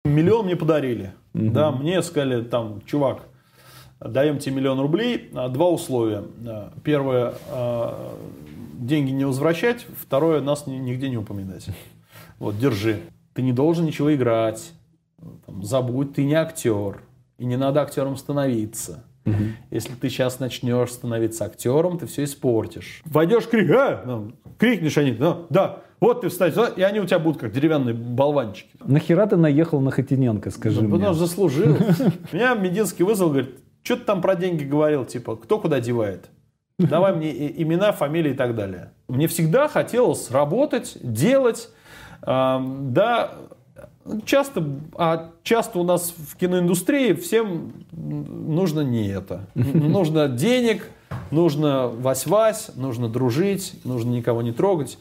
Миллион мне подарили. Да, мне сказали, там, чувак, даем тебе 1 000 000 рублей, 2 условия. Первое, деньги не возвращать. Второе, нас нигде не упоминать. Вот, держи. Ты не должен ничего играть. Там, забудь, ты не актер. И не надо актером становиться. Если ты сейчас начнешь становиться актером, ты все испортишь. Войдешь, крикнешь они, да, вот ты встань, и они у тебя будут как деревянные болванчики. Нахера ты наехал на Хотиненко, скажи мне? Потому что заслужил. Меня Мединский вызвал, говорит, что ты там про деньги говорил, типа, кто куда девает? Давай мне имена, фамилии и так далее. Мне всегда хотелось работать, делать, да. Часто у нас в киноиндустрии всем нужно не это. Нужно денег, нужно вась-вась, нужно дружить, нужно никого не трогать.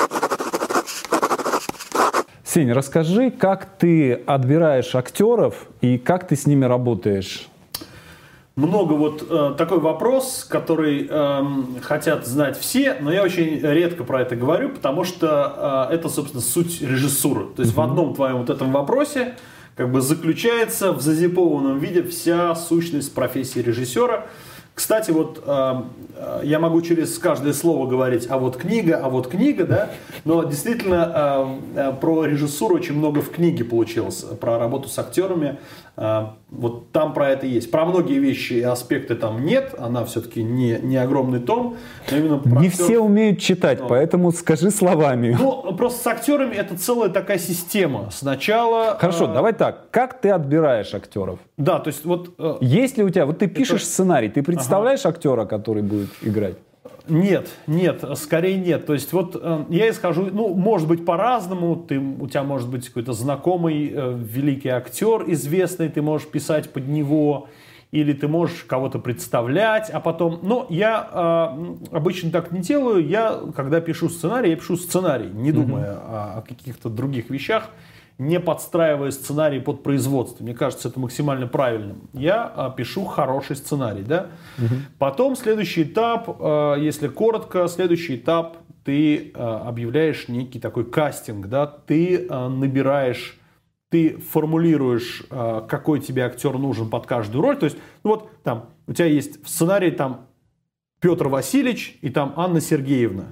Сень, расскажи, как ты отбираешь актеров и как ты с ними работаешь? Много вот такой вопрос, который хотят знать все, но я очень редко про это говорю, потому что это, собственно, суть режиссуры. То есть в одном твоем вот этом вопросе как бы заключается в зазипованном виде вся сущность профессии режиссера. Кстати, вот я могу через каждое слово говорить, а вот книга, да, но действительно про режиссуру очень много в книге получилось, про работу с актерами, вот там про это есть. Про многие вещи и аспекты там нет, она все-таки не огромный том. Но именно про не все умеют читать, поэтому скажи словами. Ну, просто с актерами это целая такая система. Сначала... Хорошо, давай так, как ты отбираешь актеров? Да, то есть вот... Есть ли у тебя, вот ты пишешь сценарий, ты представляешь актера, который будет играть? Нет, скорее нет. То есть вот я исхожу, может быть по-разному. У тебя может быть какой-то знакомый великий актер известный, ты можешь писать под него, или ты можешь кого-то представлять, а потом... Но я обычно так не делаю. Я, когда пишу сценарий, я пишу сценарий, не думая о каких-то других вещах, не подстраивая сценарий под производство. Мне кажется, это максимально правильным. Я пишу хороший сценарий, да? Потом следующий этап, если коротко, следующий этап, ты объявляешь некий такой кастинг, да? Ты набираешь, ты формулируешь, какой тебе актер нужен под каждую роль. То есть, вот там у тебя есть в сценарии там Петр Васильевич и там Анна Сергеевна.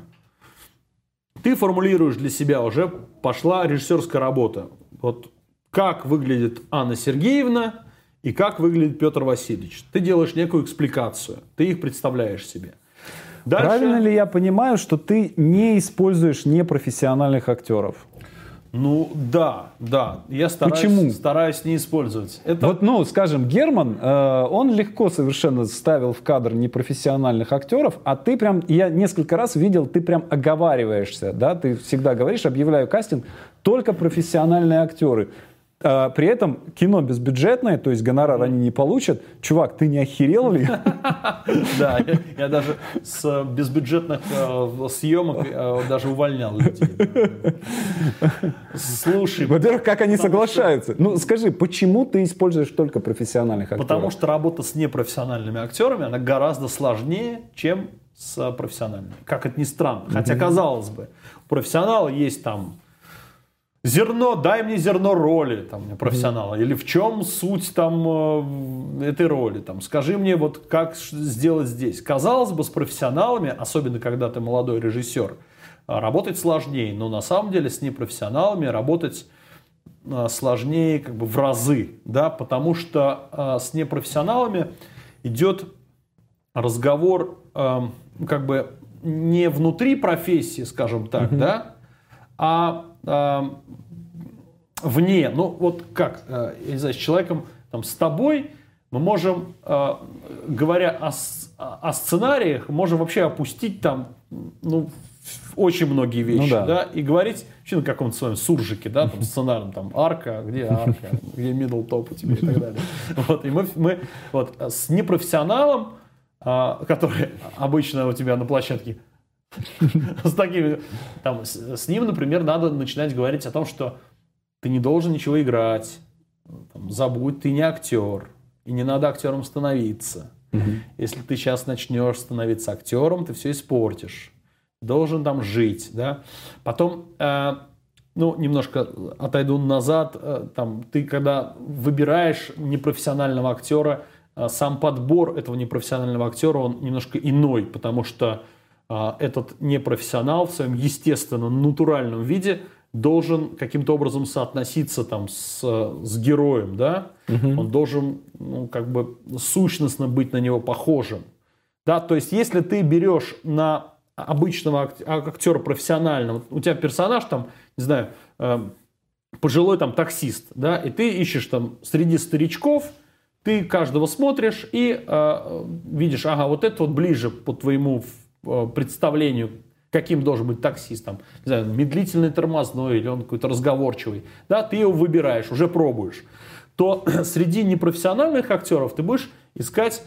Ты формулируешь для себя, уже пошла режиссерская работа. Вот как выглядит Анна Сергеевна и как выглядит Петр Васильевич. Ты делаешь некую экспликацию, ты их представляешь себе. Дальше... Правильно ли я понимаю, что ты не используешь непрофессиональных актеров? Ну да. Я стараюсь не использовать. Это... Вот, скажем, Герман, он легко совершенно ставил в кадр непрофессиональных актеров, а ты прям, я несколько раз видел, ты прям оговариваешься, да, ты всегда говоришь, объявляю кастинг, только профессиональные актеры. При этом кино безбюджетное, то есть гонорар они не получат. Чувак, ты не охерел ли? Да, я даже с безбюджетных съемок даже увольнял людей. Слушай. Во-первых, как они соглашаются? Скажи, почему ты используешь только профессиональных актеров? Потому что работа с непрофессиональными актерами, она гораздо сложнее, чем с профессиональными. Как это ни странно. Хотя, казалось бы, у профессионала есть там зерно, дай мне зерно роли там, профессионала. Или в чем суть там, этой роли. Там, скажи мне, вот как сделать здесь. Казалось бы, с профессионалами, особенно когда ты молодой режиссер, работать сложнее. Но на самом деле с непрофессионалами работать сложнее как бы в разы. Да? Потому что с непрофессионалами идет разговор как бы не внутри профессии, скажем так, да, а вне. Вот как, я не знаю, с человеком, там, с тобой мы можем, говоря о сценариях, можем вообще опустить там, очень многие вещи, да, и говорить вообще на каком-то своем суржике, да, там, сценарном, там, арка, где middle top у тебя и так далее. Вот, и мы вот с непрофессионалом, который обычно у тебя на площадке, с такими, там, с ним, например, надо начинать говорить о том, что ты не должен ничего играть, там, забудь, ты не актер, и не надо актером становиться. Если ты сейчас начнешь становиться актером, ты все испортишь. Должен там жить, да. Потом ну, немножко отойду назад, там, ты когда выбираешь непрофессионального актера, сам подбор этого непрофессионального актера, он немножко иной, потому что этот непрофессионал в своем естественном, натуральном виде должен каким-то образом соотноситься там с героем, да? Он должен, ну, как бы сущностно быть на него похожим. Да? То есть, если ты берешь на обычного актера профессионального, у тебя персонаж там, не знаю, пожилой там таксист, да, и ты ищешь там среди старичков, ты каждого смотришь и видишь, ага, вот это вот ближе по твоему представлению, каким должен быть таксист, там, не знаю, медлительный, тормозной, или он какой-то разговорчивый, да, ты его выбираешь, уже пробуешь, то среди непрофессиональных актеров ты будешь искать,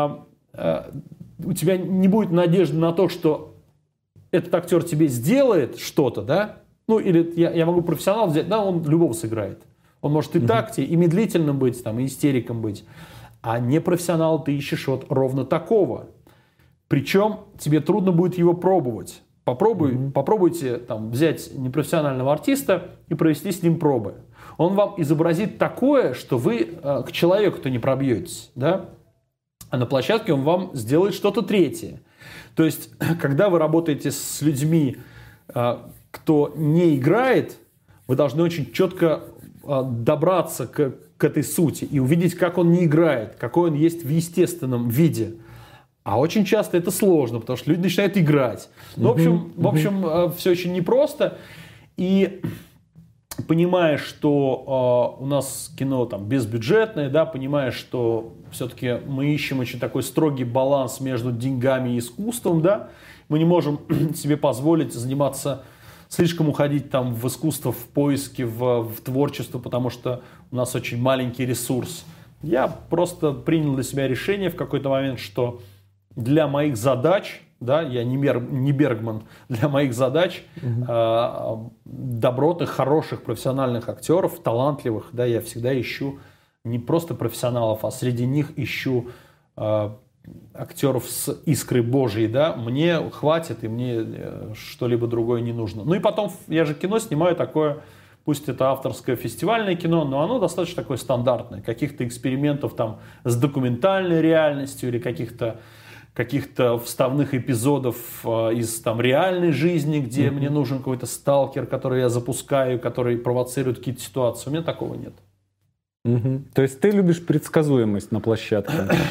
у тебя не будет надежды на то, что этот актер тебе сделает что-то, да, ну, или я могу профессионала взять, да, он любого сыграет. Он может и так, и медлительным быть, там, и истериком быть. А непрофессионал ты ищешь вот ровно такого. Причем тебе трудно будет его пробовать. Попробуйте там, взять непрофессионального артиста и провести с ним пробы. Он вам изобразит такое, что вы к человеку-то не пробьетесь, да? А на площадке он вам сделает что-то третье. То есть, когда вы работаете с людьми, кто не играет, вы должны очень четко добраться к этой сути и увидеть, как он не играет, какой он есть в естественном виде. А очень часто это сложно, потому что люди начинают играть. Ну, в общем, все очень непросто. И понимая, что у нас кино там безбюджетное, да, понимая, что все-таки мы ищем очень такой строгий баланс между деньгами и искусством, да, мы не можем себе позволить заниматься, слишком уходить там в искусство, в поиски, в творчество, потому что у нас очень маленький ресурс. Я просто принял для себя решение в какой-то момент, что для моих задач, да, я не Бергман, для моих задач добротных, хороших, профессиональных актеров, талантливых, да, я всегда ищу не просто профессионалов, а среди них ищу актеров с искрой Божьей, да, мне хватит, и мне что-либо другое не нужно. Ну и потом, я же кино снимаю такое, пусть это авторское фестивальное кино, но оно достаточно такое стандартное, каких-то экспериментов там с документальной реальностью или каких-то вставных эпизодов из там реальной жизни, где мне нужен какой-то сталкер, который я запускаю, который провоцирует какие-то ситуации. У меня такого нет. То есть ты любишь предсказуемость на площадке?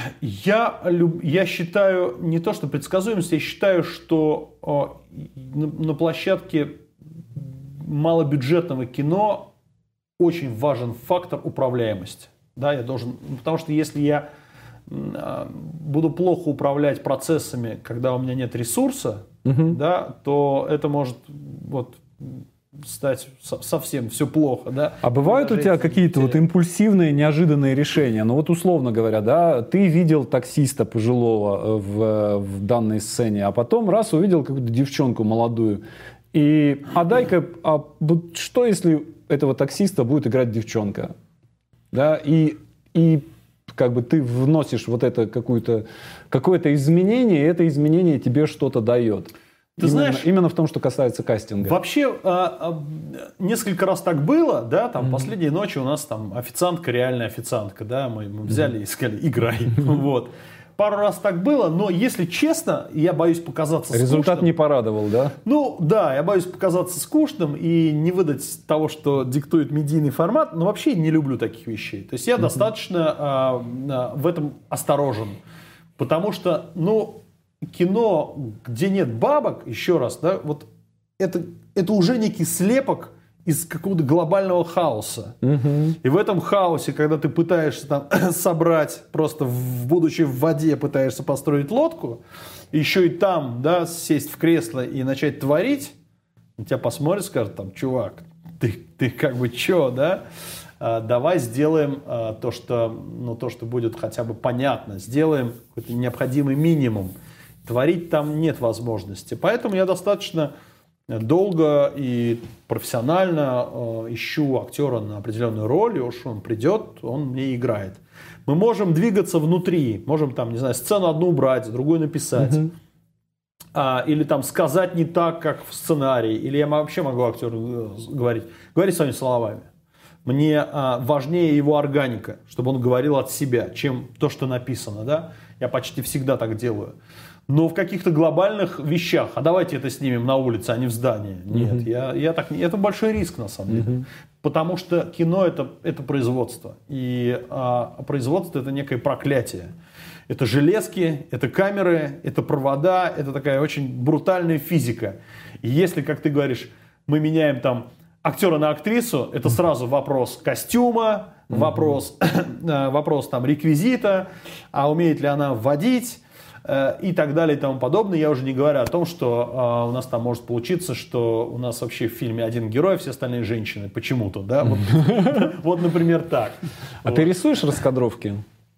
Я считаю, не то что предсказуемость, я считаю, что на площадке малобюджетного кино очень важен фактор управляемости. Да, я должен, потому что если я буду плохо управлять процессами, когда у меня нет ресурса, да, то это может вот стать совсем все плохо, да. А бывают у тебя какие-то вот импульсивные, неожиданные решения? Ну вот условно говоря, да, ты видел таксиста пожилого в данной сцене, а потом раз увидел какую-то девчонку молодую, и что если этого таксиста будет играть девчонка, да, и как бы ты вносишь вот это какое-то изменение, и это изменение тебе что-то дает. Ты знаешь, именно в том, что касается кастинга. Вообще, несколько раз так было, да, там, последние ночи у нас там официантка, реальная официантка, да, мы взяли и сказали, играй, вот. Пару раз так было, но если честно, я боюсь показаться скучным. Результат не порадовал, да? Ну, да, я боюсь показаться скучным и не выдать того, что диктует медийный формат, но вообще не люблю таких вещей. То есть я достаточно в этом осторожен, потому что, ну, кино, где нет бабок, еще раз, да, вот это уже некий слепок из какого-то глобального хаоса. И в этом хаосе, когда ты пытаешься там собрать, просто будучи в воде, пытаешься построить лодку, еще и там, да, сесть в кресло и начать творить, на тебя посмотрят, скажут, там, чувак, ты как бы чё, да? Давай сделаем то, что будет хотя бы понятно, сделаем какой-то необходимый минимум. Творить там нет возможности. Поэтому я достаточно долго и профессионально ищу актера на определенную роль, и уж он придет, он мне играет. Мы можем двигаться внутри, можем там, не знаю, сцену одну убрать, другую написать. или там сказать не так, как в сценарии, или я вообще могу актеру говорить своими словами. Мне важнее его органика, чтобы он говорил от себя, чем то, что написано, да? Я почти всегда так делаю. Но в каких-то глобальных вещах, а давайте это снимем на улице, а не в здании. Нет, я так, это большой риск на самом деле. Потому что кино это производство. И производство это некое проклятие. Это железки, это камеры, это провода, это такая очень брутальная физика. И если, как ты говоришь, мы меняем там актера на актрису, это сразу вопрос костюма, вопрос там реквизита, а умеет ли она вводить и так далее и тому подобное. Я уже не говорю о том, что у нас там может получиться, что у нас вообще в фильме один герой, а все остальные женщины почему-то, да? Вот, например, так. А ты рисуешь раскадровки?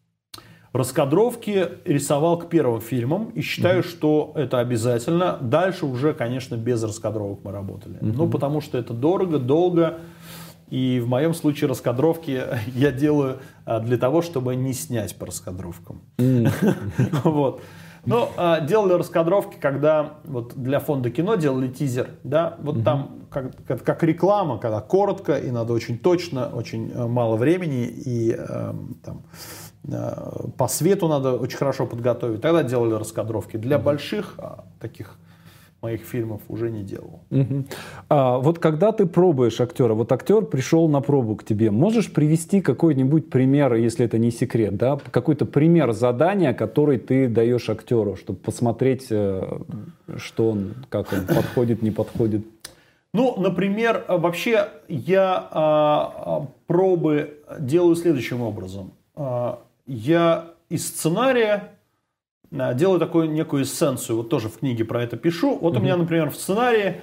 Раскадровки рисовал к первым фильмам и считаю, что это обязательно. Дальше уже, конечно, без раскадровок мы работали. Ну, потому что это дорого, долго. И в моем случае раскадровки я делаю для того, чтобы не снять по раскадровкам. Вот. Но делали раскадровки, когда вот для фонда кино делали тизер. Да? Вот там как реклама, когда коротко и надо очень точно, очень мало времени и там... по свету надо очень хорошо подготовить. Тогда делали раскадровки. Для больших таких моих фильмов уже не делал. Вот когда ты пробуешь актера, вот актер пришел на пробу к тебе, можешь привести какой-нибудь пример, если это не секрет, да, какой-то пример задания, который ты даешь актеру, чтобы посмотреть, что он, как он подходит, не подходит? Ну, например, вообще я пробы делаю следующим образом. Я из сценария делаю такую некую эссенцию, вот тоже в книге про это пишу. Вот у меня, например, в сценарии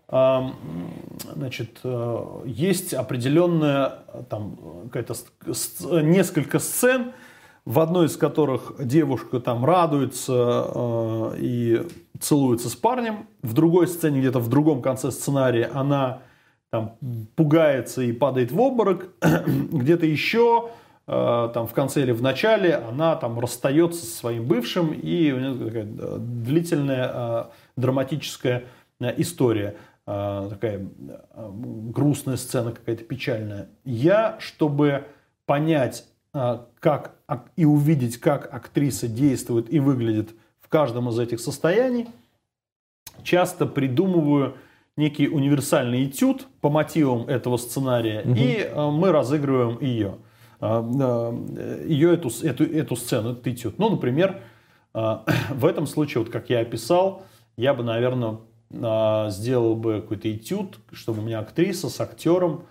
значит, есть определенная там несколько сцен, в одной из которых девушка там радуется и целуется с парнем, в другой сцене, где-то в другом конце сценария, она там пугается и падает в обморок, где-то еще... там в конце или в начале она там расстается со своим бывшим, и у нее такая длительная драматическая история, такая грустная сцена, какая-то печальная. Я, чтобы понять как, и увидеть, как актриса действует и выглядит в каждом из этих состояний, часто придумываю некий универсальный этюд по мотивам этого сценария, и мы разыгрываем ее эту сцену, этот этюд. Ну, например, в этом случае, вот как я описал, я бы, наверное, сделал бы какой-то этюд, чтобы у меня актриса с актером,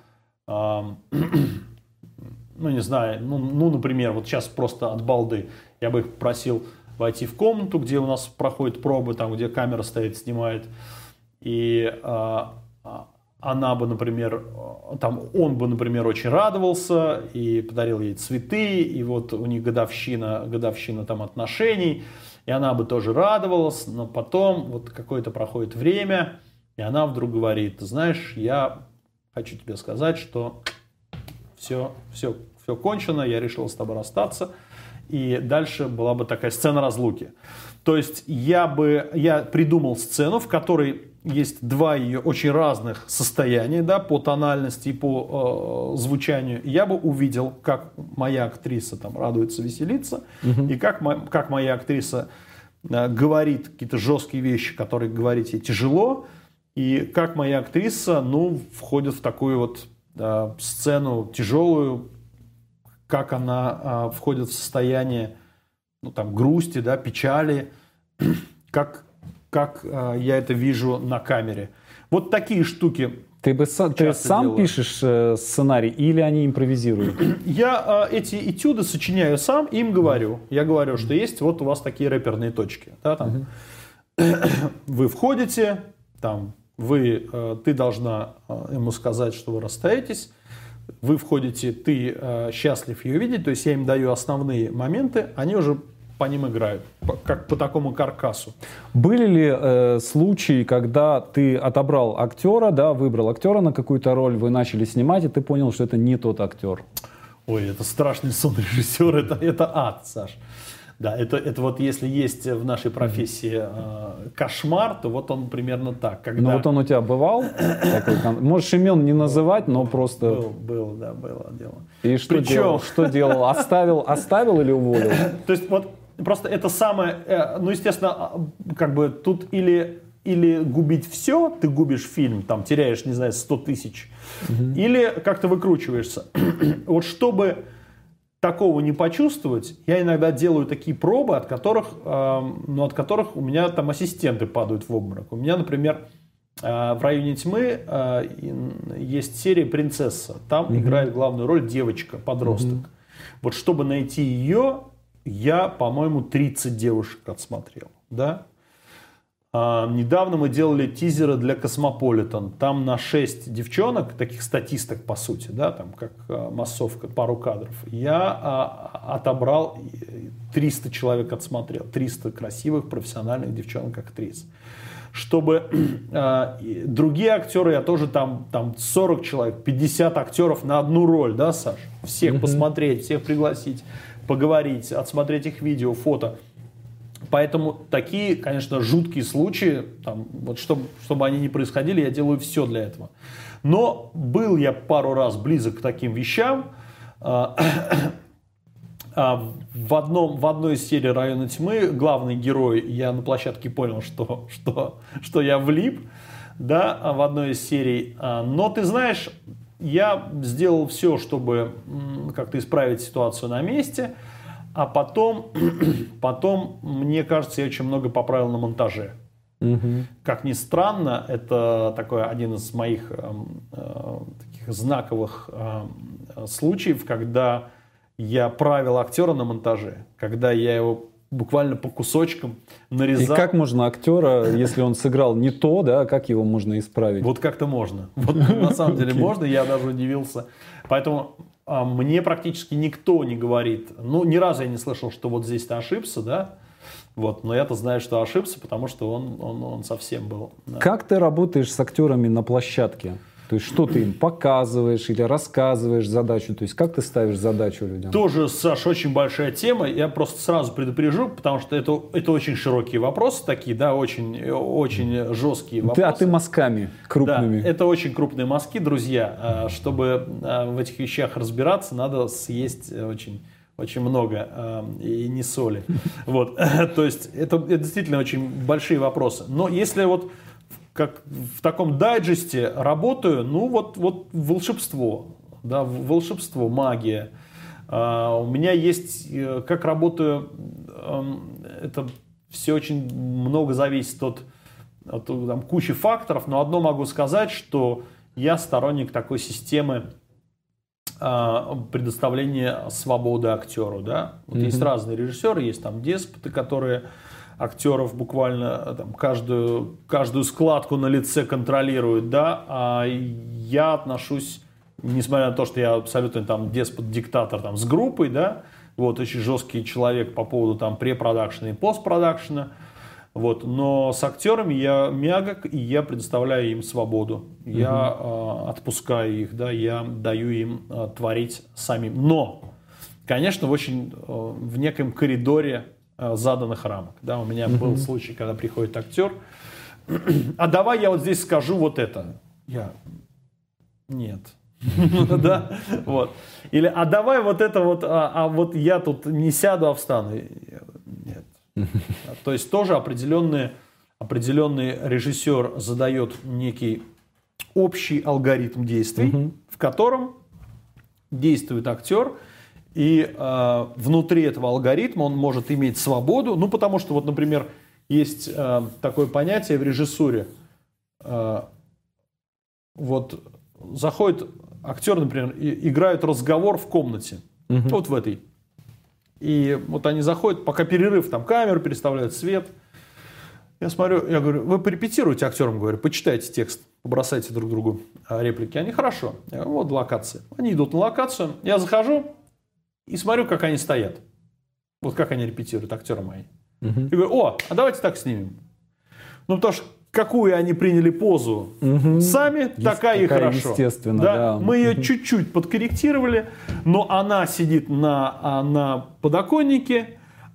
ну, не знаю, ну, например, вот сейчас просто от балды я бы их просил войти в комнату, где у нас проходят пробы, там, где камера стоит, снимает, и она бы, например, там, он бы, например, очень радовался и подарил ей цветы, и вот у них годовщина там отношений, и она бы тоже радовалась, но потом вот какое-то проходит время, и она вдруг говорит: ты знаешь, я хочу тебе сказать, что все кончено, я решил с тобой расстаться, и дальше была бы такая сцена разлуки. То есть я придумал сцену, в которой есть два ее очень разных состояния, да, по тональности и по звучанию. Я бы увидел, как моя актриса там радуется, веселится, и как моя актриса говорит какие-то жесткие вещи, которые говорить ей тяжело, и как моя актриса, входит в такую вот сцену тяжелую, как она входит в состояние грусти, да, печали, как я это вижу на камере. Вот такие штуки. Ты сам пишешь сценарий или они импровизируют? Я эти этюды сочиняю сам и им говорю. Я говорю, что есть вот у вас такие рэперные точки. Да, там. Вы входите, ты должна ему сказать, что вы расстаетесь. Вы входите, ты счастлив ее видеть. То есть я им даю основные моменты, они уже по ним играют, как по такому каркасу. Были ли случаи, когда ты отобрал актера, да, выбрал актера на какую-то роль, вы начали снимать, и ты понял, что это не тот актер? Ой, это страшный сон режиссера, это ад, Саш. Да, это вот если есть в нашей профессии кошмар, то вот он примерно так. Когда... Ну вот он у тебя бывал? Можешь имен не называть, но просто... Было дело. И что делал? Что делал? Оставил или уволил? То есть вот просто это самое, ну естественно, как бы тут или губить все, ты губишь фильм, там теряешь, не знаю, 100 тысяч, или как-то выкручиваешься. Вот чтобы такого не почувствовать, я иногда делаю такие пробы, от которых у меня там ассистенты падают в обморок. У меня, например, в «Районе тьмы» есть серия «Принцесса». Там играет главную роль девочка, подросток. Вот чтобы найти ее, я, по-моему, 30 девушек отсмотрел. Да? Недавно мы делали тизеры для «Космополитен». Там на 6 девчонок, таких статисток, по сути, да, там как массовка, пару кадров, я отобрал 300 человек, отсмотрел. 300 красивых, профессиональных девчонок-актрис. Чтобы другие актеры, я тоже там 40 человек, 50 актеров на одну роль, да, Саш? Всех посмотреть, всех пригласить, поговорить, отсмотреть их видео, фото. Поэтому такие, конечно, жуткие случаи, там, вот чтобы они не происходили, я делаю все для этого. Но был я пару раз близок к таким вещам. В одной из серий «Района тьмы» главный герой, я на площадке понял, что я влип, да, в одной из серий. Но ты знаешь, я сделал все, чтобы как-то исправить ситуацию на месте. А потом, мне кажется, я очень много поправил на монтаже. Как ни странно, это такой один из моих таких знаковых случаев, когда я правил актера на монтаже, когда я его буквально по кусочкам нарезал. И как можно актера, если он сыграл не то, да, как его можно исправить? Вот как-то можно. Вот на самом деле можно, я даже удивился. Поэтому... Мне практически никто не говорит, ну, ни разу я не слышал, что вот здесь ты ошибся, да, вот, но я-то знаю, что ошибся, потому что он совсем был. Да. Как ты работаешь с актерами на площадке? То есть, что ты им показываешь или рассказываешь задачу? То есть, как ты ставишь задачу людям? Тоже, Саш, очень большая тема. Я просто сразу предупрежу, потому что это очень широкие вопросы такие, да, очень жесткие вопросы. А ты мазками крупными. Да, это очень крупные мазки, друзья. Чтобы в этих вещах разбираться, надо съесть очень много и не соли. Вот. То есть, это действительно очень большие вопросы. Но если вот как в таком дайджесте работаю, ну вот волшебство, да, волшебство, магия. У меня есть, как работаю, это все очень много зависит от там, кучи факторов, но одно могу сказать, что я сторонник такой системы предоставления свободы актеру, да. Вот есть разные режиссеры, есть там деспоты, которые актеров буквально там, каждую складку на лице контролируют, да, а я отношусь, несмотря на то, что я абсолютно там деспот-диктатор там с группой, да, вот, очень жесткий человек по поводу там препродакшена и постпродакшена, вот, но с актерами я мягок, и я предоставляю им свободу, я отпускаю их, да, я даю им творить самим, но, конечно, в неком коридоре заданных рамок. Да, у меня был случай, когда приходит актер, а давай я вот здесь скажу вот это. Нет. Да, вот. Или, а давай вот это вот, а вот я тут не сяду, а встану. Нет. То есть тоже определенный режиссер задает некий общий алгоритм действий, в котором действует актер. И внутри этого алгоритма он может иметь свободу, ну потому что вот, например, есть такое понятие в режиссуре. Вот заходит актер, например, играют разговор в комнате, вот в этой. И вот они заходят, пока перерыв, там камеру переставляют, свет. Я смотрю, я говорю, вы порепетируйте актерам, говорю, почитайте текст, побросайте друг другу реплики. Они хорошо. Я говорю, вот локация. Они идут на локацию, я захожу и смотрю, как они стоят. Вот как они репетируют, актеры мои. И говорю, а давайте так снимем. Ну, потому что какую они приняли позу сами, такая и хорошо. Естественно, да? Мы ее чуть-чуть подкорректировали, но она сидит на подоконнике,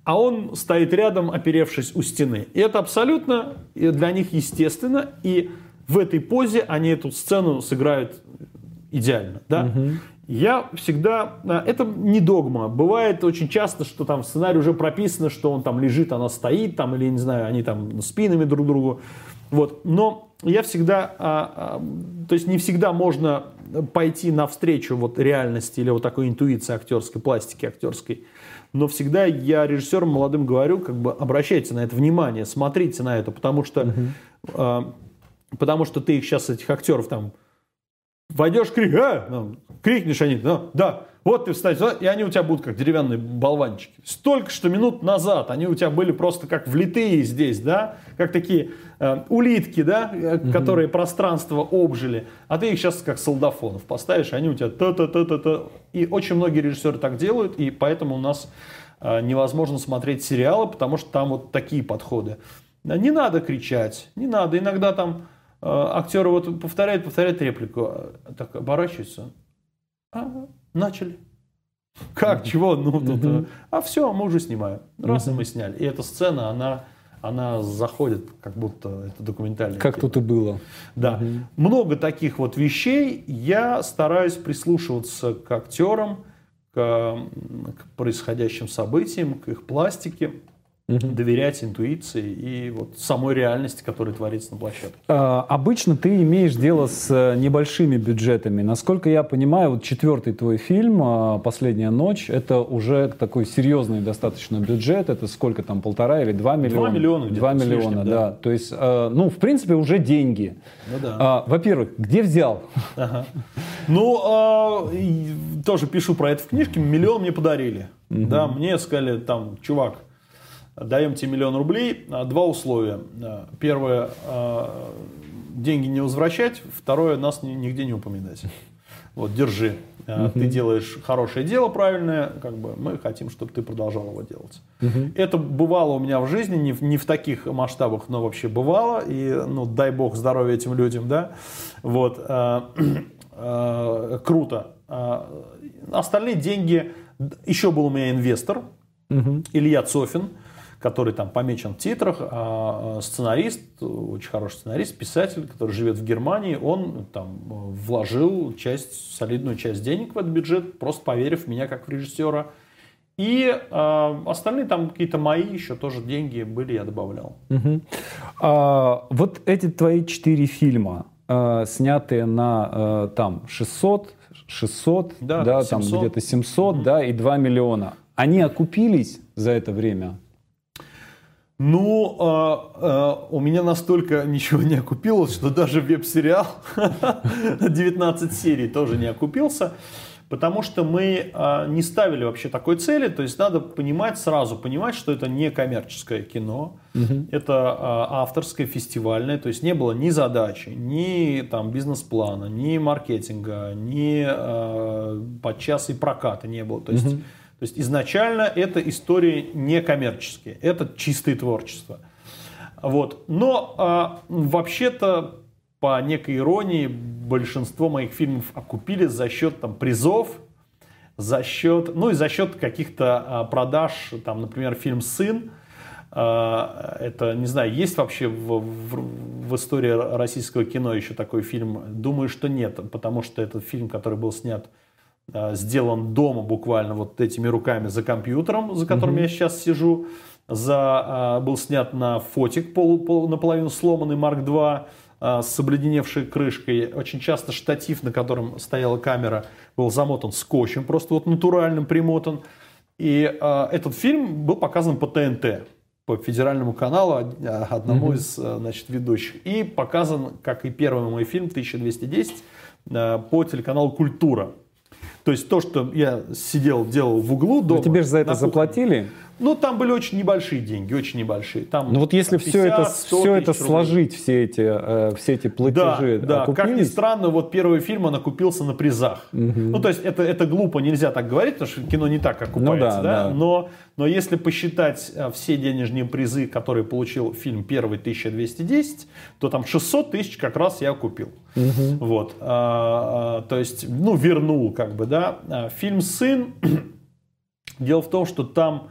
а он стоит рядом, оперевшись у стены. И это абсолютно для них естественно, и в этой позе они эту сцену сыграют идеально. Да? Я всегда... Это не догма. Бывает очень часто, что там в сценарии уже прописано, что он там лежит, она стоит, там, или, не знаю, они там спинами друг к другу. Вот. Но я всегда... То есть не всегда можно пойти навстречу вот реальности или вот такой интуиции актерской, пластики актерской. Но всегда я режиссерам молодым говорю, как бы обращайте на это внимание, смотрите на это, потому что ты их сейчас, этих актеров, там, войдешь, крикнешь, они, да, вот ты встань, и они у тебя будут как деревянные болванчики. Столько что минут назад они у тебя были просто как влитые здесь, да, как такие улитки, да, которые пространство обжили, а ты их сейчас как солдафонов поставишь, они у тебя та-та-та-та-та. И очень многие режиссеры так делают, и поэтому у нас невозможно смотреть сериалы, потому что там вот такие подходы. Не надо кричать, не надо, иногда там актеры вот повторяют реплику, так оборачиваются. Начали. Как, чего? Ну, тут, а все, мы уже снимаем. Раз, и мы сняли. И эта сцена, она заходит, как будто это документальное как кино. тут и было. Да. Много таких вот вещей. Я стараюсь прислушиваться к актерам, к происходящим событиям, к их пластике. Доверять интуиции и вот самой реальности, которая творится на площадке. Обычно ты имеешь дело с небольшими бюджетами. Насколько я понимаю, вот 4-й твой фильм «Последняя ночь» — это уже такой серьезный достаточно бюджет. Это сколько там, 1,5 или 2 миллиона? 2 миллиона. 2 миллиона, лишним, да. То есть, ну, в принципе, уже деньги. Ну, да. Во-первых, где взял? Ну, тоже пишу про это в книжке. 1 миллион мне подарили. Да, мне сказали, там, чувак, даем тебе 1 миллион рублей, 2 условия. Первое, деньги не возвращать. Второе, нас нигде не упоминать. Вот, держи. Ты делаешь хорошее дело правильное, как бы мы хотим, чтобы ты продолжал его делать. Это бывало у меня в жизни, не в таких масштабах, но вообще бывало. И, ну, дай бог здоровья этим людям, да. Вот. Круто. Остальные деньги... Еще был у меня инвестор, Илья Цофин, который там помечен в титрах, сценарист, очень хороший сценарист, писатель, который живет в Германии, он там вложил солидную часть денег в этот бюджет, просто поверив в меня как в режиссера. И остальные там какие-то мои еще тоже деньги были, я добавлял. Вот эти твои 4 фильма, снятые на там 600, да, там где-то 700, да, и 2 миллиона, они окупились за это время? Ну, у меня настолько ничего не окупилось, что даже веб-сериал 19 серий тоже не окупился, потому что мы не ставили вообще такой цели, то есть надо сразу понимать, что это не коммерческое кино, это авторское, фестивальное, то есть не было ни задачи, ни там бизнес-плана, ни маркетинга, ни подчас и проката не было, то есть изначально это истории не коммерческие, это чистое творчество. Вот. Но вообще-то, по некой иронии, большинство моих фильмов окупились за счет там, призов, за счет каких-то продаж, там, например, фильм «Сын». Это, не знаю, есть вообще в истории российского кино еще такой фильм? Думаю, что нет, потому что этот фильм, который был сделан дома буквально вот этими руками за компьютером, за которым я сейчас сижу, был снят на фотик наполовину сломанный Марк II с обледеневшей крышкой. Очень часто штатив, на котором стояла камера, был замотан скотчем, просто вот натуральным примотан. И этот фильм был показан по ТНТ, по федеральному каналу, одному из, значит, ведущих. И показан, как и первый мой фильм «1210», по телеканалу «Культура». То есть то, что я делал в углу дома. Но тебе же за это заплатили? Ну, там были очень небольшие деньги, очень небольшие. Там ну вот если 50, все это сложить, все эти платежи, да, окупились? Как ни странно, вот первый фильм, он окупился на призах. Ну, то есть это глупо, нельзя так говорить, потому что кино не так окупается, да? Но если посчитать все денежные призы, которые получил фильм первый 1210, то там 600 тысяч как раз я окупил. Вот. То есть, ну, вернул, как бы, да. Фильм «Сын», дело в том, что там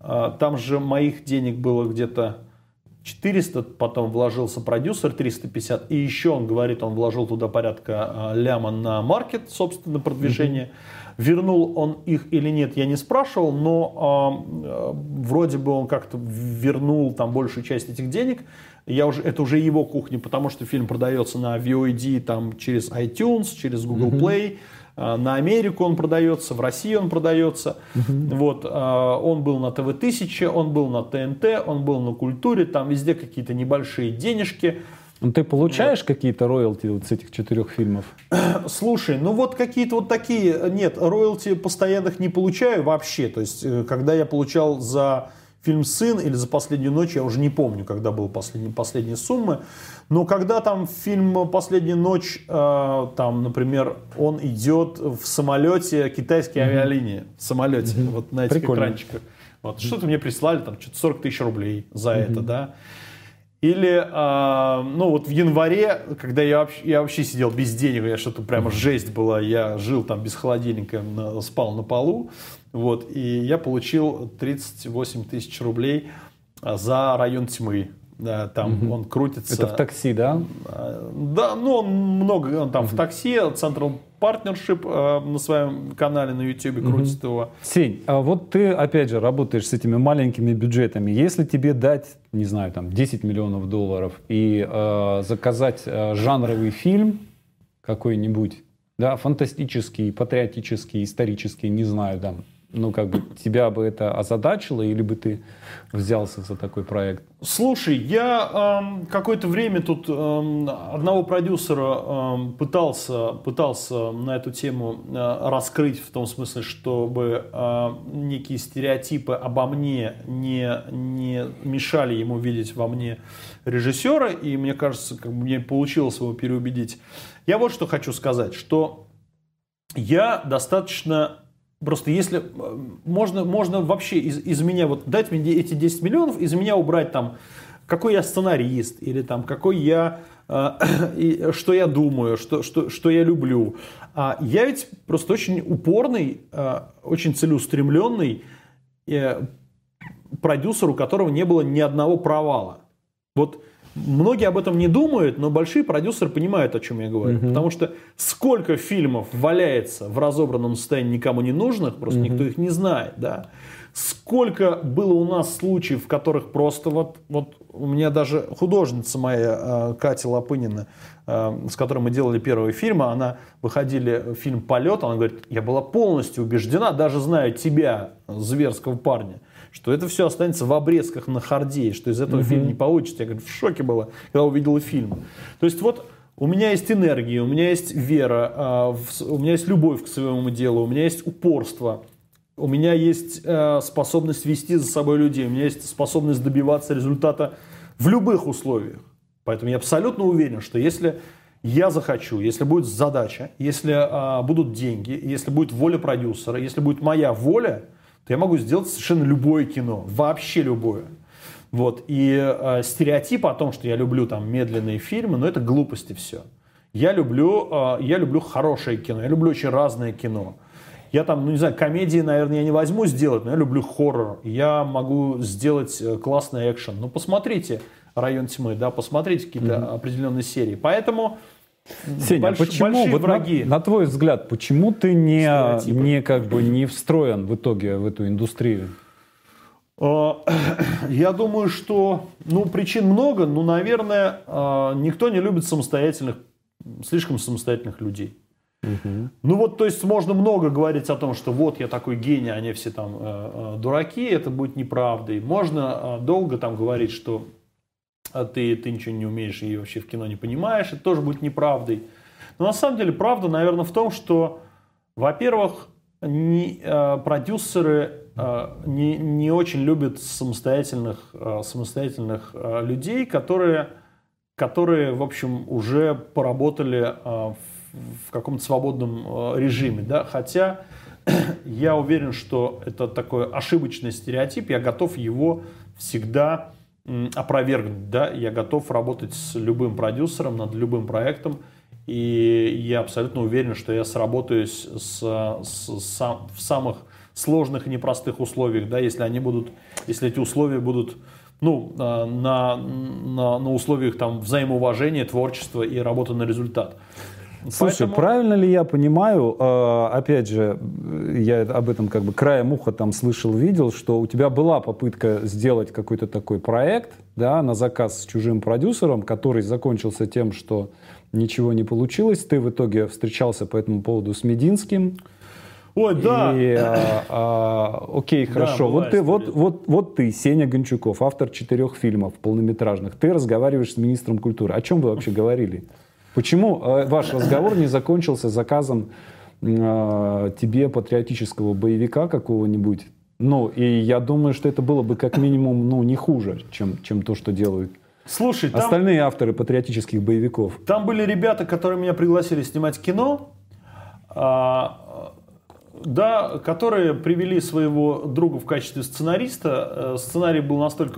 там же моих денег было где-то 400, потом вложился продюсер 350, и еще он говорит, он вложил туда порядка ляма на маркет, собственно, продвижение. Вернул он их или нет, я не спрашивал, но вроде бы он как-то вернул там большую часть этих денег. Это уже его кухня, потому что фильм продается на VOD там, через iTunes, через Google Play. На Америку он продается, в России он продается. Вот, он был на ТВ-1000, он был на ТНТ, он был на Культуре, там везде какие-то небольшие денежки. Ну, ты получаешь какие-то роялти вот с этих 4 фильмов? Слушай, ну вот какие-то вот такие, нет, роялти постоянных не получаю вообще. То есть, когда я получал за фильм «Сын» или за «Последнюю ночь», я уже не помню, когда были последние суммы. Но когда там фильм «Последняя ночь», там, например, он идет в самолете китайской авиалинии, в самолете, вот на этих экранчиках. Вот, что-то мне прислали, там, что-то 40 тысяч рублей за это, да. Или, ну вот в январе, когда я вообще сидел без денег, я что-то прямо жесть была, я жил там без холодильника, спал на полу, вот, и я получил 38 тысяч рублей за «Район тьмы». Да, там он крутится. Это в такси, да? Да, ну он там в такси, Central Partnership на своем канале на YouTube крутит его. Сень, а вот ты, опять же, работаешь с этими маленькими бюджетами. Если тебе дать, не знаю, там 10 миллионов долларов и заказать жанровый фильм какой-нибудь, да, фантастический, патриотический, исторический, не знаю, там, ну, как бы, тебя бы это озадачило, или бы ты взялся за такой проект? Слушай, я какое-то время тут одного продюсера пытался на эту тему раскрыть, в том смысле, чтобы некие стереотипы обо мне не мешали ему видеть во мне режиссера, и мне кажется, как бы мне получилось его переубедить. Я вот что хочу сказать, что я достаточно... Просто если можно вообще из меня, вот дать мне эти 10 миллионов, из меня убрать там, какой я сценарист, или там, какой я, что я думаю, что я люблю. Я ведь просто очень упорный, очень целеустремленный продюсер, у которого не было ни одного провала. Вот многие об этом не думают, но большие продюсеры понимают, о чем я говорю. Потому что сколько фильмов валяется в разобранном состоянии никому не нужных, просто никто их не знает. Да? Сколько было у нас случаев, в которых просто вот у меня даже художница моя, Катя Лопынина, с которой мы делали первый фильм, она выходили фильм «Полет», она говорит, я была полностью убеждена, даже зная тебя, зверского парня, что это все останется в обрезках на харде, что из этого фильма не получится. Я говорю, в шоке была, когда увидела фильм. То есть вот у меня есть энергия, у меня есть вера, у меня есть любовь к своему делу, у меня есть упорство, у меня есть способность вести за собой людей, у меня есть способность добиваться результата в любых условиях. Поэтому я абсолютно уверен, что если я захочу, если будет задача, если будут деньги, если будет воля продюсера, если будет моя воля, то я могу сделать совершенно любое кино, вообще любое. Вот. И стереотип о том, что я люблю там медленные фильмы, но это глупости все. Я люблю хорошее кино, я люблю очень разное кино. Я там, ну не знаю, комедии, наверное, я не возьму сделать, но я люблю хоррор. Я могу сделать классный экшен. Ну посмотрите «Район тьмы», да, посмотрите какие-то определенные серии. Поэтому... Сеня, почему, вот враги. На твой взгляд, почему ты не встроен в итоге в эту индустрию? Я думаю, что причин много, но, наверное, никто не любит слишком самостоятельных людей. Ну вот, то есть можно много говорить о том, что вот я такой гений, они все там дураки, это будет неправдой. Можно долго там говорить, что ты ничего не умеешь и вообще в кино не понимаешь, это тоже будет неправдой. Но на самом деле правда, наверное, в том, что, во-первых, продюсеры не очень любят самостоятельных людей, которые, в общем, уже поработали в каком-то свободном режиме. Да? Хотя я уверен, что это такой ошибочный стереотип, я готов его всегда опровергнуть, да, я готов работать с любым продюсером над любым проектом, и я абсолютно уверен, что я сработаюсь в самых сложных и непростых условиях, да, если эти условия будут на условиях там взаимоуважения, творчества и работы на результат. Слушай, правильно ли я понимаю, опять же, я об этом как бы краем уха там слышал, видел, что у тебя была попытка сделать какой-то такой проект, да, на заказ с чужим продюсером, который закончился тем, что ничего не получилось, ты в итоге встречался по этому поводу с Мединским. Ой, да. И, окей, хорошо. Да, вот ты, Сеня Гончуков, автор 4 фильмов полнометражных. Ты разговариваешь с министром культуры. О чем вы вообще говорили? Почему ваш разговор не закончился заказом тебе патриотического боевика какого-нибудь? Ну, и я думаю, что это было бы как минимум, не хуже, чем то, что делают остальные авторы патриотических боевиков. Там были ребята, которые меня пригласили снимать кино. Да, которые привели своего друга в качестве сценариста. Сценарий был настолько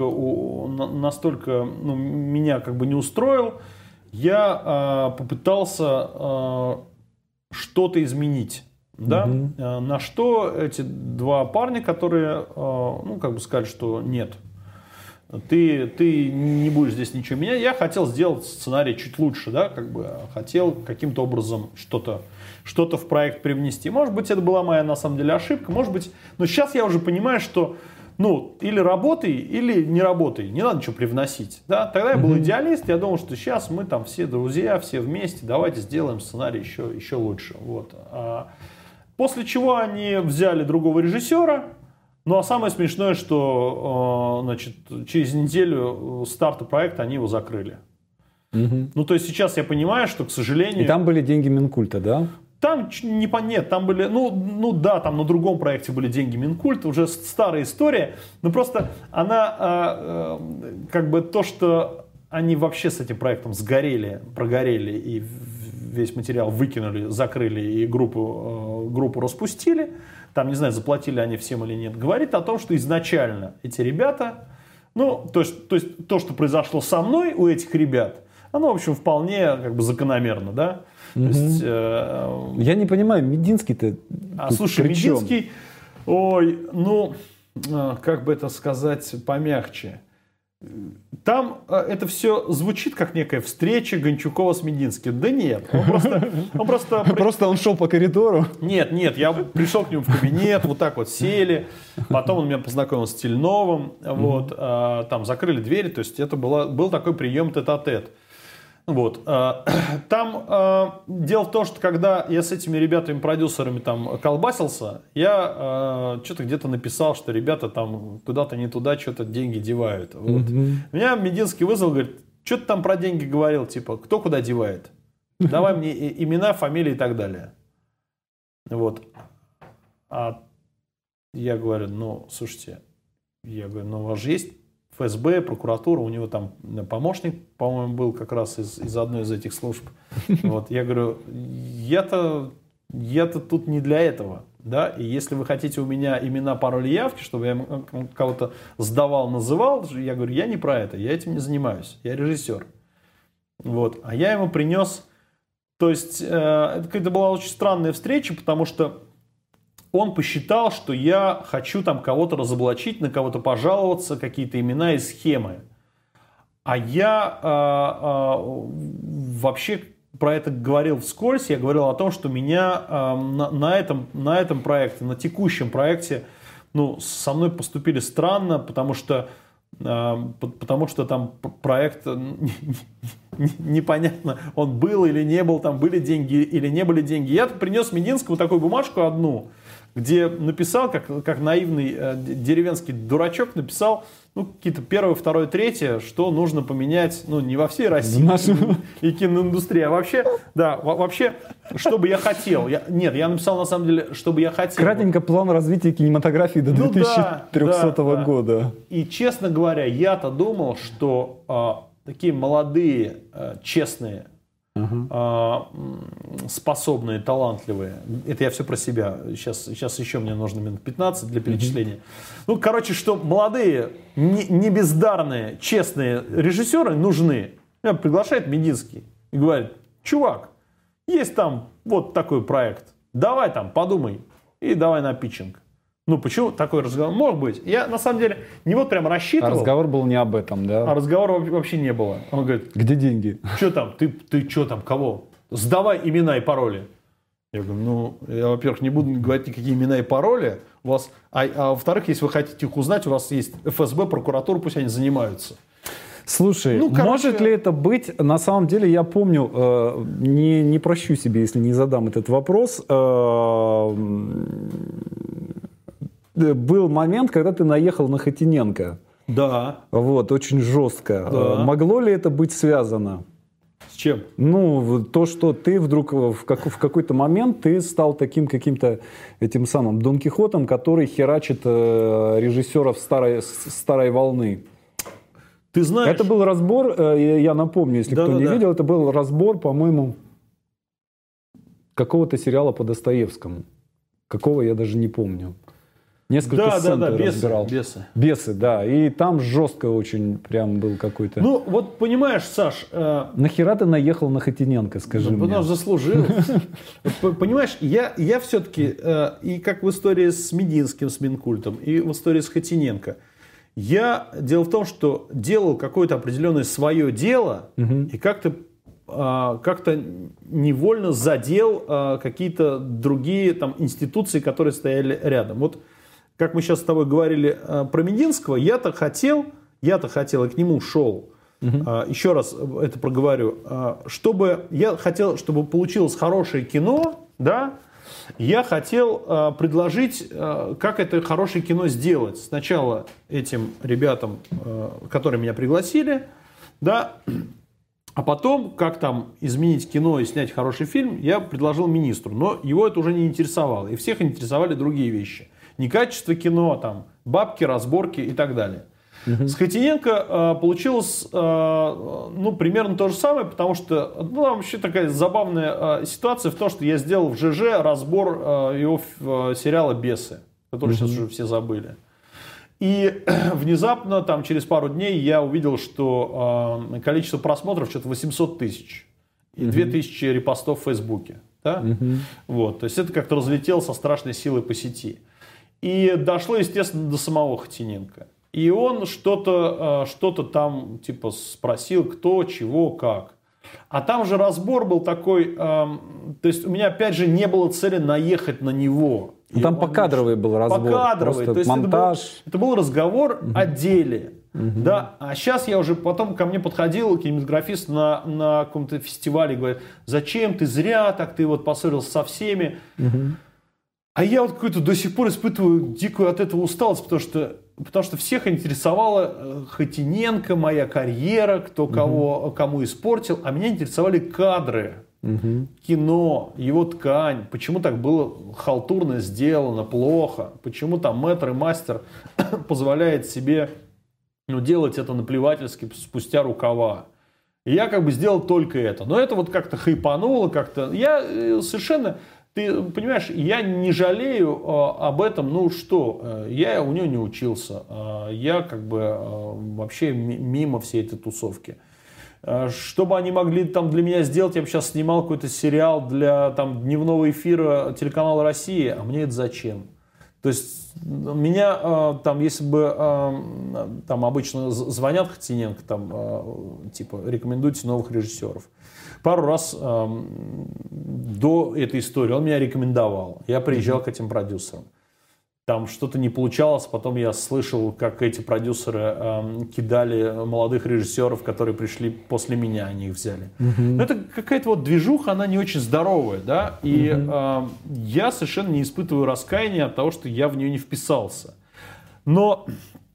меня как бы не устроил. Я попытался что-то изменить. Да? На что эти 2 парня, которые как бы сказали, что нет, ты не будешь здесь ничего менять. Я хотел сделать сценарий чуть лучше, да, как бы хотел каким-то образом что-то в проект привнести. Может быть, это была моя на самом деле ошибка, может быть, но сейчас я уже понимаю, что или работай, или не работай, не надо ничего привносить. Да? Тогда я был идеалист, я думал, что сейчас мы там все друзья, все вместе, давайте сделаем сценарий еще лучше. Вот. После чего они взяли другого режиссера. Ну а самое смешное, что через неделю старта проекта они его закрыли. То есть сейчас я понимаю, что, к сожалению... И там были деньги Минкульта, да? Там нет, там были, да, там на другом проекте были деньги Минкульта, уже старая история, но просто она, как бы то, что они вообще с этим проектом прогорели и весь материал выкинули, закрыли и группу распустили, там, не знаю, заплатили они всем или нет, говорит о том, что изначально эти ребята, то есть то, что произошло со мной у этих ребят, оно, в общем, вполне как бы закономерно, да. То есть, я не понимаю, Мединский-то. Слушай, Мединский, как бы это сказать помягче. Там это все звучит как некая встреча Гончукова с Мединским. Да нет, он просто... Просто он шел по коридору? Нет, я пришел к нему в кабинет, вот так вот сели, потом он меня познакомил с Тельновым, вот, там закрыли двери, то есть это был такой прием тет-а-тет. Вот. Там дело в том, что когда я с этими ребятами-продюсерами там колбасился, я что-то где-то написал, что ребята там куда-то не туда что-то деньги девают. Вот. Меня Мединский вызвал, говорит, что ты там про деньги говорил, типа, кто куда девает? Давай мне имена, фамилии и так далее. Вот. А я говорю, слушайте, у вас же есть ФСБ, прокуратура, у него там помощник, по-моему, был как раз из одной из этих служб. Вот. Я говорю, я-то тут не для этого. Да? И если вы хотите у меня имена, пароли, явки, чтобы я кого-то сдавал, называл, я говорю, я не про это, я этим не занимаюсь, я режиссер. Вот. А я ему принес... То есть, это была очень странная встреча, потому что он посчитал, что я хочу там кого-то разоблачить, на кого-то пожаловаться, какие-то имена и схемы. А я вообще про это говорил вскользь. Я говорил о том, что меня на этом проекте, на текущем проекте, со мной поступили странно, потому что там проект непонятно, он был или не был, там были деньги или не были деньги. Я принес Мединскому такую бумажку одну, где написал, как наивный деревенский дурачок, написал какие-то первое, второе, третье, что нужно поменять, не во всей России и киноиндустрии, а вообще, да, вообще, что бы я хотел. Я написал на самом деле, что бы я хотел. Кратенько план развития кинематографии до 2300 года. И, честно говоря, я-то думал, что такие молодые, честные, способные, талантливые. Это я все про себя. Сейчас еще мне нужно минут 15 для перечисления. Что молодые, не бездарные, честные режиссеры нужны. Меня приглашает Мединский и говорит, чувак, есть там вот такой проект. Давай там, подумай. И давай на питчинг. Ну, почему такой разговор? Может быть. Я, на самом деле, не вот прям рассчитывал. А разговор был не об этом, да? А разговора вообще не было. Он говорит, где деньги? Что там? Ты что там? Кого? Сдавай имена и пароли. Я говорю, ну, я, во-первых, не буду говорить никакие имена и пароли. У вас, а во-вторых, если вы хотите их узнать, у вас есть ФСБ, прокуратура, пусть они занимаются. Слушай, может ли это быть, на самом деле, я помню, не прощу себе, если не задам этот вопрос, был момент, когда ты наехал на Хотиненко. Да. Вот, очень жестко. Да. Могло ли это быть связано? С чем? Ну, то, что ты вдруг в какой-то момент ты стал таким каким-то этим самым Дон Кихотом, который херачит режиссеров старой волны. Ты знаешь... Это был разбор, я напомню, если кто не видел, это был разбор, по-моему, какого-то сериала по Достоевскому. Какого, я даже не помню. Несколько сцен ты разбирал. Бесы, да. И там жестко очень прям был какой-то... Ну, вот понимаешь, Саш... Нахера ты наехал на Хотиненко, скажи мне? Потому что заслужил. Понимаешь, я все-таки, и как в истории с Мединским, с Минкультом, и в истории с Хотиненко, дело в том, что делал какое-то определенное свое дело, и как-то невольно задел какие-то другие там институции, которые стояли рядом. Вот как мы сейчас с тобой говорили про Мединского, я-то хотел, и к нему шел, еще раз это проговорю, я хотел, чтобы получилось хорошее кино, да, я хотел предложить, как это хорошее кино сделать. Сначала этим ребятам, которые меня пригласили, да, а потом, как там изменить кино и снять хороший фильм, я предложил министру. Но его это уже не интересовало. И всех интересовали другие вещи. Не качество кино, а там бабки, разборки и так далее. С Хотиненко получилось примерно то же самое, потому что там вообще такая забавная ситуация в том, что я сделал в ЖЖ разбор его сериала «Бесы», который сейчас уже все забыли. И внезапно, там, через пару дней я увидел, что количество просмотров что-то 800 тысяч и 2000 репостов в Фейсбуке. Да? Вот, то есть это как-то разлетело со страшной силой по сети. И дошло, естественно, до самого Хотиненко. И он что-то там типа спросил, кто, чего, как. А там же разбор был такой, то есть у меня опять же не было цели наехать на него. Там покадровый был разбор, покадровый, просто монтаж. Это был разговор о деле. Да? А сейчас я уже, потом ко мне подходил кинематографист на каком-то фестивале и говорит, зачем ты зря так, ты вот поссорился со всеми. А я вот какой-то до сих пор испытываю дикую от этого усталость, потому что всех интересовала Хотиненко, моя карьера, кто кому испортил, а меня интересовали кадры, кино, его ткань, почему так было халтурно сделано, плохо, почему там мэтр и мастер позволяет себе делать это наплевательски спустя рукава. И я как бы сделал только это. Но это вот как-то хайпануло, как-то... Я совершенно... Ты понимаешь, я не жалею об этом, я у него не учился, я как бы вообще мимо всей этой тусовки. Что бы они могли там для меня сделать, я бы сейчас снимал какой-то сериал для там дневного эфира телеканала «Россия», а мне это зачем? То есть меня там, если бы там обычно звонят Хотиненко, там типа рекомендуйте новых режиссеров. Пару раз до этой истории он меня рекомендовал. Я приезжал к этим продюсерам. Там что-то не получалось. Потом я слышал, как эти продюсеры кидали молодых режиссеров, которые пришли после меня, они их взяли. Но это какая-то вот движуха, она не очень здоровая. Да? И я совершенно не испытываю раскаяния от того, что я в нее не вписался. Но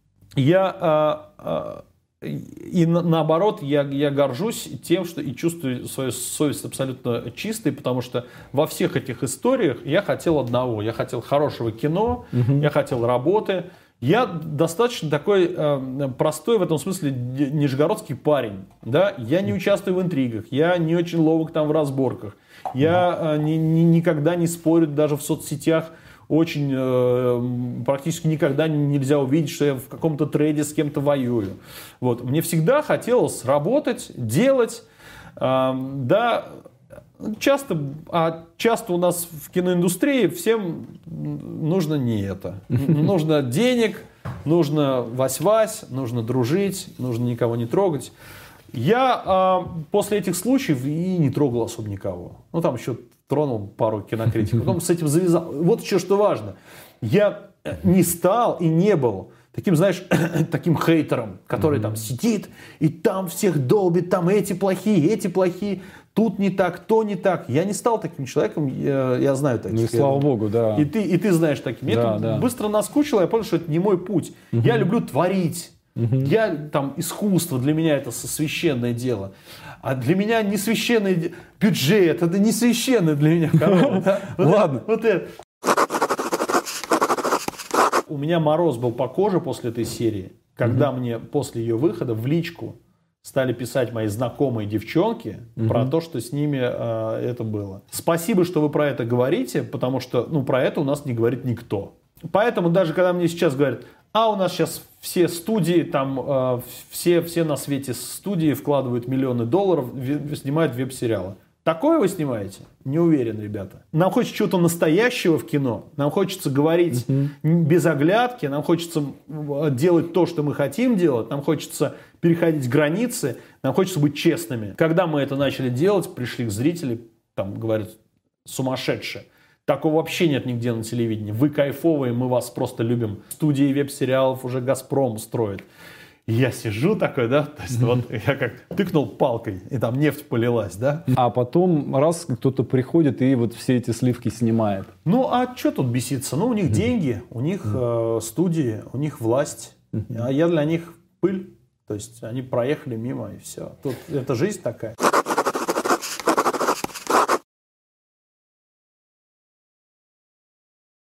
и наоборот, я горжусь тем, что и чувствую свою совесть абсолютно чистой, потому что во всех этих историях я хотел одного. Я хотел хорошего кино, я хотел работы. Я достаточно такой простой в этом смысле нижегородский парень. Да? Я не участвую в интригах, я не очень ловок там в разборках. Я никогда не спорю даже в соцсетях. Практически никогда нельзя увидеть, что я в каком-то трейде с кем-то воюю. Вот. Мне всегда хотелось работать, делать. Да, Часто у нас в киноиндустрии всем нужно не это. Нужно денег, нужно вась-вась, нужно дружить, нужно никого не трогать. Я после этих случаев и не трогал особо никого. Ну, там еще тронул пару кинокритиков. Потом с этим завязал. Вот еще что важно. Я не стал и не был таким, знаешь, таким хейтером, который там сидит и там всех долбит, там эти плохие, тут не так, то не так. Я не стал таким человеком, я знаю таких. Ну и слава богу, да. И ты знаешь таким. Мне это быстро наскучило, я понял, что это не мой путь. Я люблю творить. Я там искусство, для меня это священное дело. А для меня не священный бюджет, это не священное для меня. Ладно. Вот это. У меня мороз был по коже после этой серии, когда мне после ее выхода в личку стали писать мои знакомые девчонки про то, что с ними это было. Спасибо, что вы про это говорите, потому что про это у нас не говорит никто. Поэтому даже когда мне сейчас говорят, у нас сейчас все студии, там все на свете студии вкладывают миллионы долларов, снимают веб-сериалы. Такое вы снимаете? Не уверен, ребята. Нам хочется чего-то настоящего в кино. Нам хочется говорить без оглядки. Нам хочется делать то, что мы хотим делать. Нам хочется переходить границы. Нам хочется быть честными. Когда мы это начали делать, пришли к зрителям, там говорят, сумасшедшие. Такого вообще нет нигде на телевидении. Вы кайфовые, мы вас просто любим. Студии веб-сериалов уже «Газпром» строит. И я сижу такой, да, то есть вот я как тыкнул палкой, и там нефть полилась, да. А потом раз кто-то приходит и вот все эти сливки снимает. Ну, а что тут беситься? Ну, у них деньги, у них студии, у них власть, а я для них пыль. То есть они проехали мимо, и все. Тут это жизнь такая.